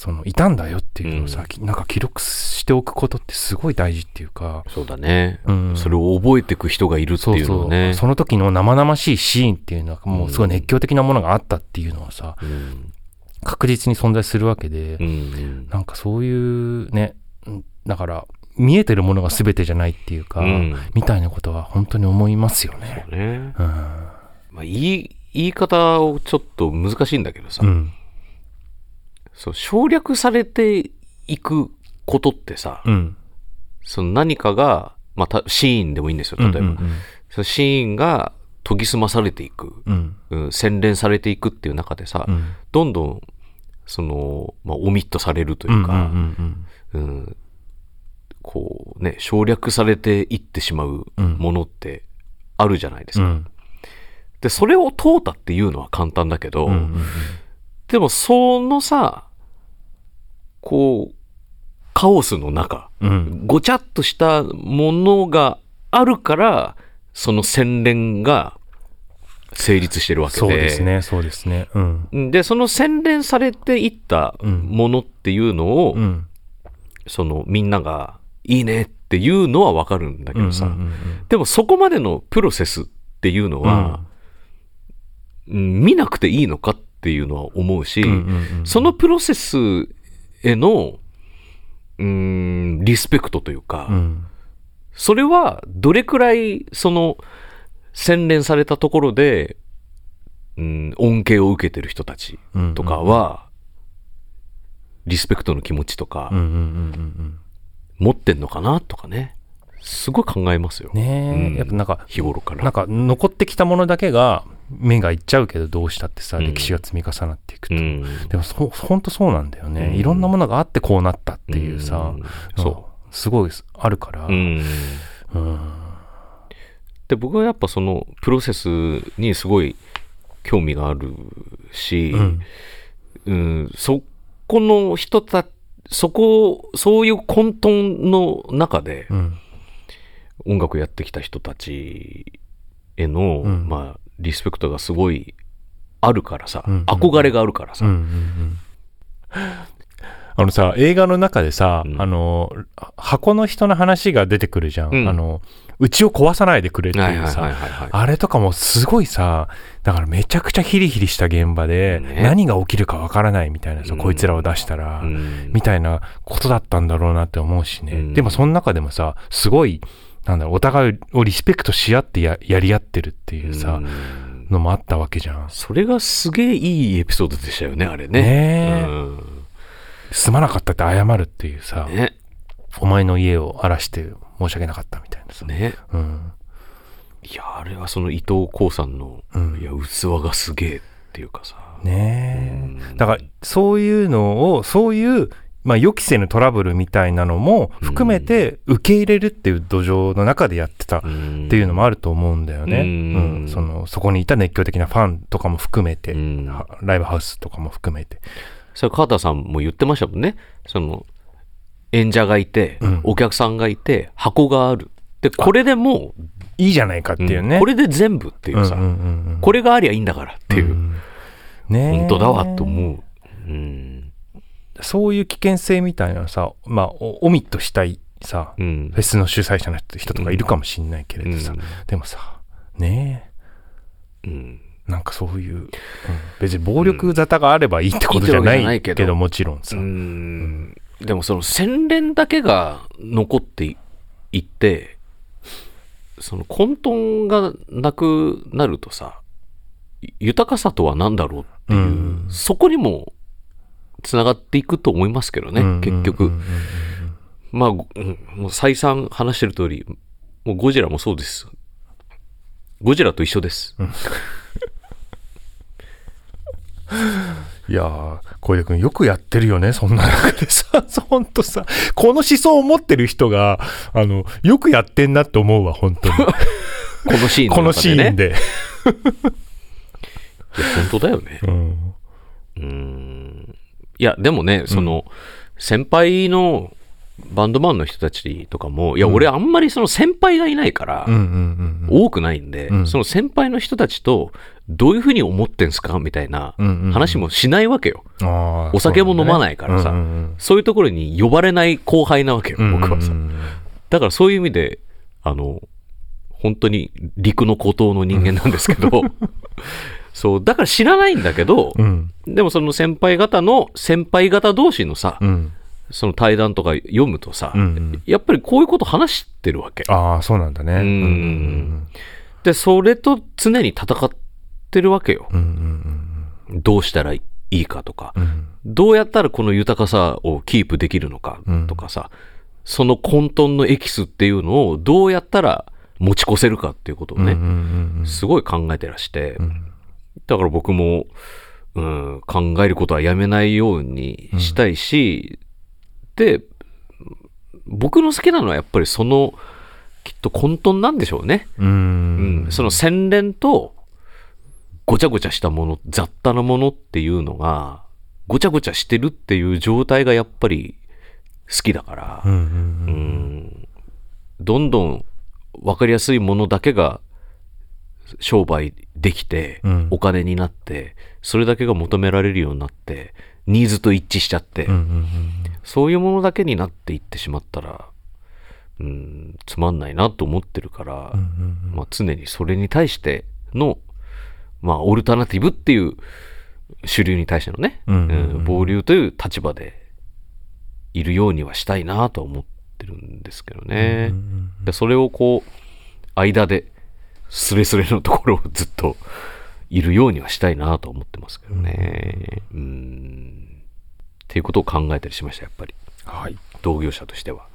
いたんだよっていうのをさ、なんか記録しておくことってすごい大事っていうか。
そうだね、それを覚えていく人がいるっていうのはね。
その時の生々しいシーンっていうのはもうすごい熱狂的なものがあったっていうのはさ、確実に存在するわけで、なんかそういうね、だから見えてるものが全てじゃないっていうか、みたいなことは本当に思いますよね。
そうね、言い方をちょっと難しいんだけどさ、そう省略されていくことってさ、その何かが、シーンでもいいんですよ。例えば、そのシーンが研ぎ澄まされていく、洗練されていくっていう中でさ、どんどんオミットされるというか、こうね、省略されていってしまうものってあるじゃないですか。でそれを淘汰っていうのは簡単だけど、でもそのさ、こうカオスの中、ごちゃっとしたものがあるからその洗練が成立してるわけで、
そうですね、そうですね。
でその洗練されていったものっていうのを、みんながいいねっていうのは分かるんだけどさ、でもそこまでのプロセスっていうのは、見なくていいのかっていうのは思うし、そのプロセスへのリスペクトというか、それはどれくらいその洗練されたところで、恩恵を受けてる人たちとかは、リスペクトの気持ちとか、持ってんのかなとかね、すごい考えますよ。
ねえ、やっぱなんか
日頃から
なんか残ってきたものだけが目がいっちゃうけど、どうしたってさ、歴史が積み重なっていくと、でも本当そうなんだよね、いろんなものがあってこうなったっていうさ、そうすごいあるから、
で僕はやっぱそのプロセスにすごい興味があるし、そこの人たち、そういう混沌の中で、音楽やってきた人たちへの、リスペクトがすごいあるからさ、憧れがあるからさ、
さ、映画の中でさ、箱の人の話が出てくるじゃん。うちを壊さないでくれっていうさ、あれとかもすごいさ、だからめちゃくちゃヒリヒリした現場で、何が起きるかわからないみたいなさ、こいつらを出したら、みたいなことだったんだろうなって思うしね。でもその中でもさ、すごい、お互いをリスペクトし合ってやり合ってるっていうさ、のもあったわけじゃん。
それがすげえいいエピソードでしたよね、あれね。
すまなかったって謝るっていうさ、お前の家を荒らして申し訳なかったみたいなさ。
いや、あれはその伊藤浩さんの、いや、器がすげえっていうかさ。
だから、そういうのを、そういう、予期せぬトラブルみたいなのも含めて受け入れるっていう土壌の中でやってたっていうのもあると思うんだよね。そこにいた熱狂的なファンとかも含めて、ライブハウスとかも含めて。
それ川田さんも言ってましたもんね。その演者がいて、お客さんがいて、箱がある。で、これでもう
いいじゃないかっていうね。
これで全部っていうさ、これがありゃいいんだからっていう。本当だわと思う。
そういう危険性みたいなのさ、オミットしたいさ、フェスの主催者の人とかいるかもしんないけれどさ、でもさ、なんかそういう、別に暴力沙汰があればいいってことじゃないけど、もちろんさ。
でもその洗練だけが残っていって、その混沌がなくなるとさ、豊かさとは何だろうっていう、そこにもつながっていくと思いますけどね、結局。もう再三話してる通り、もうゴジラもそうです。ゴジラと一緒です。
いやー、小出君よくやってるよね、そんな中でさ、ほんとさ、この思想を持ってる人が、よくやってんなって思うわ、本当に。
このシーンで、ね。
このシーンで。い
や、本当だよね。いや、でもね、その、先輩のバンドマンの人たちとかも、いや、俺あんまりその先輩がいないから、多くないんで、その先輩の人たちとどういうふうに思ってんすかみたいな話もしないわけよ。お酒も飲まないからさ、そういうところに呼ばれない後輩なわけよ、僕はさ。だからそういう意味で、本当に陸の孤島の人間なんですけど、そう、だから知らないんだけど、でもその先輩方同士のさ、その対談とか読むとさ、やっぱりこういうこと話してるわけ。
ああ、そうなんだね。
で、それと常に戦ってるわけよ。どうしたらいいかとか、どうやったらこの豊かさをキープできるのかとかさ、その混沌のエキスっていうのをどうやったら持ち越せるかっていうことをね、すごい考えてらして、だから僕も、考えることはやめないようにしたいし、で、僕の好きなのはやっぱりそのきっと混沌なんでしょうね。その洗練とごちゃごちゃしたもの、雑多なものっていうのがごちゃごちゃしてるっていう状態がやっぱり好きだから、どんどん分かりやすいものだけが商売できて、お金になってそれだけが求められるようになってニーズと一致しちゃって、そういうものだけになっていってしまったら、つまんないなと思ってるから、常にそれに対しての、オルタナティブっていう主流に対してのね、傍流という立場でいるようにはしたいなと思ってるんですけどね。でそれをこう間でスレスレのところをずっといるようにはしたいなと思ってますけどね。っていうことを考えたりしました、やっぱり。はい。同業者としては。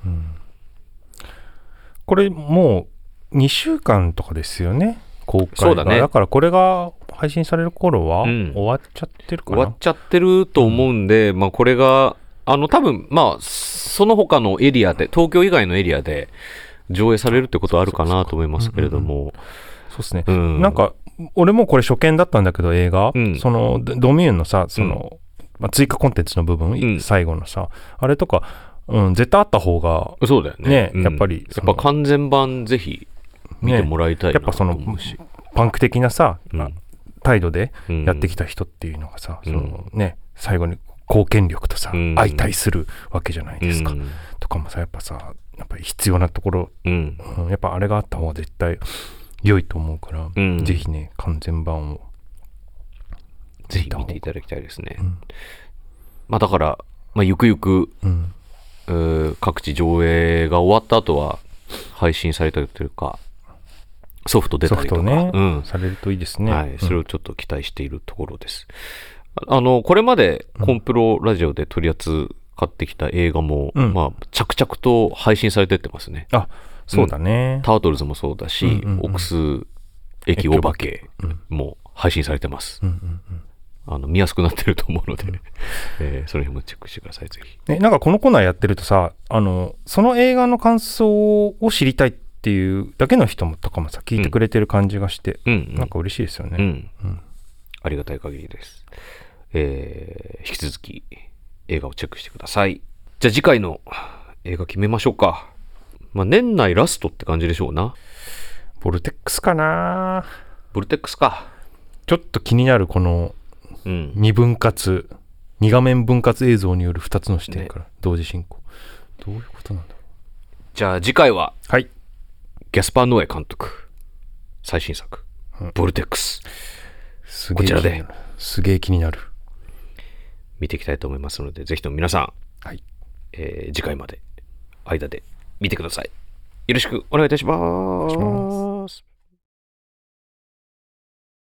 これもう2週間とかですよね、公開が。
そうだね。
だからこれが配信される頃は終わっちゃってるかな。
終わっちゃってると思うんで、これが、多分、その他のエリアで、東京以外のエリアで上映されるってことはあるかなと思いますけれども。
そうですね。なんか、俺もこれ初見だったんだけど、映画。その、ドミューンのさ、その、追加コンテンツの部分、最後のさ、あれとか、絶対あった方が、
そうだよね。
やっぱり。
やっぱ完全版ぜひ見てもらいたいなと思うし。
やっぱその、パンク的なさ、態度でやってきた人っていうのがさ、そのね、最後に貢献力とさ、相対するわけじゃないですか。とかもさ、やっぱさ、やっぱり必要なところ、やっぱあれがあった方が絶対良いと思うから、ぜひね、完全版を。
ぜひ見ていただきたいですね。だから、ゆくゆく、各地上映が終わった後は配信されたりというか、ソフト出たりとか、
されるといいですね。
はい、それをちょっと期待しているところです。これまでコンプロラジオで取り扱ってきた映画も、着々と配信されてってますね。
あ、そうだね。
タートルズもそうだし、オクス駅お化けも配信されてます。見やすくなってると思うので、その辺もチェックしてください、ぜひ。
なんかこのコーナーやってるとさ、その映画の感想を知りたいっていうだけの人もとかもさ、聞いてくれてる感じがして、なんか嬉しいですよね。
ありがたい限りです。引き続き映画をチェックしてください。じゃあ次回の映画決めましょうか。年内ラストって感じでしょうな。
ボルテックスかな。
ボルテックスか。
ちょっと気になるこの2分割、2画面分割映像による2つの視点から同時進行、どういうことなんだろう。
じゃあ次回は、
はい、
ギャスパー・ノエ監督最新作、ボルテックス、こちらです
げえ気になる
見ていきたいと思いますので、ぜひとも皆さん、次回まで間で見てください。よろしくお願いいたします。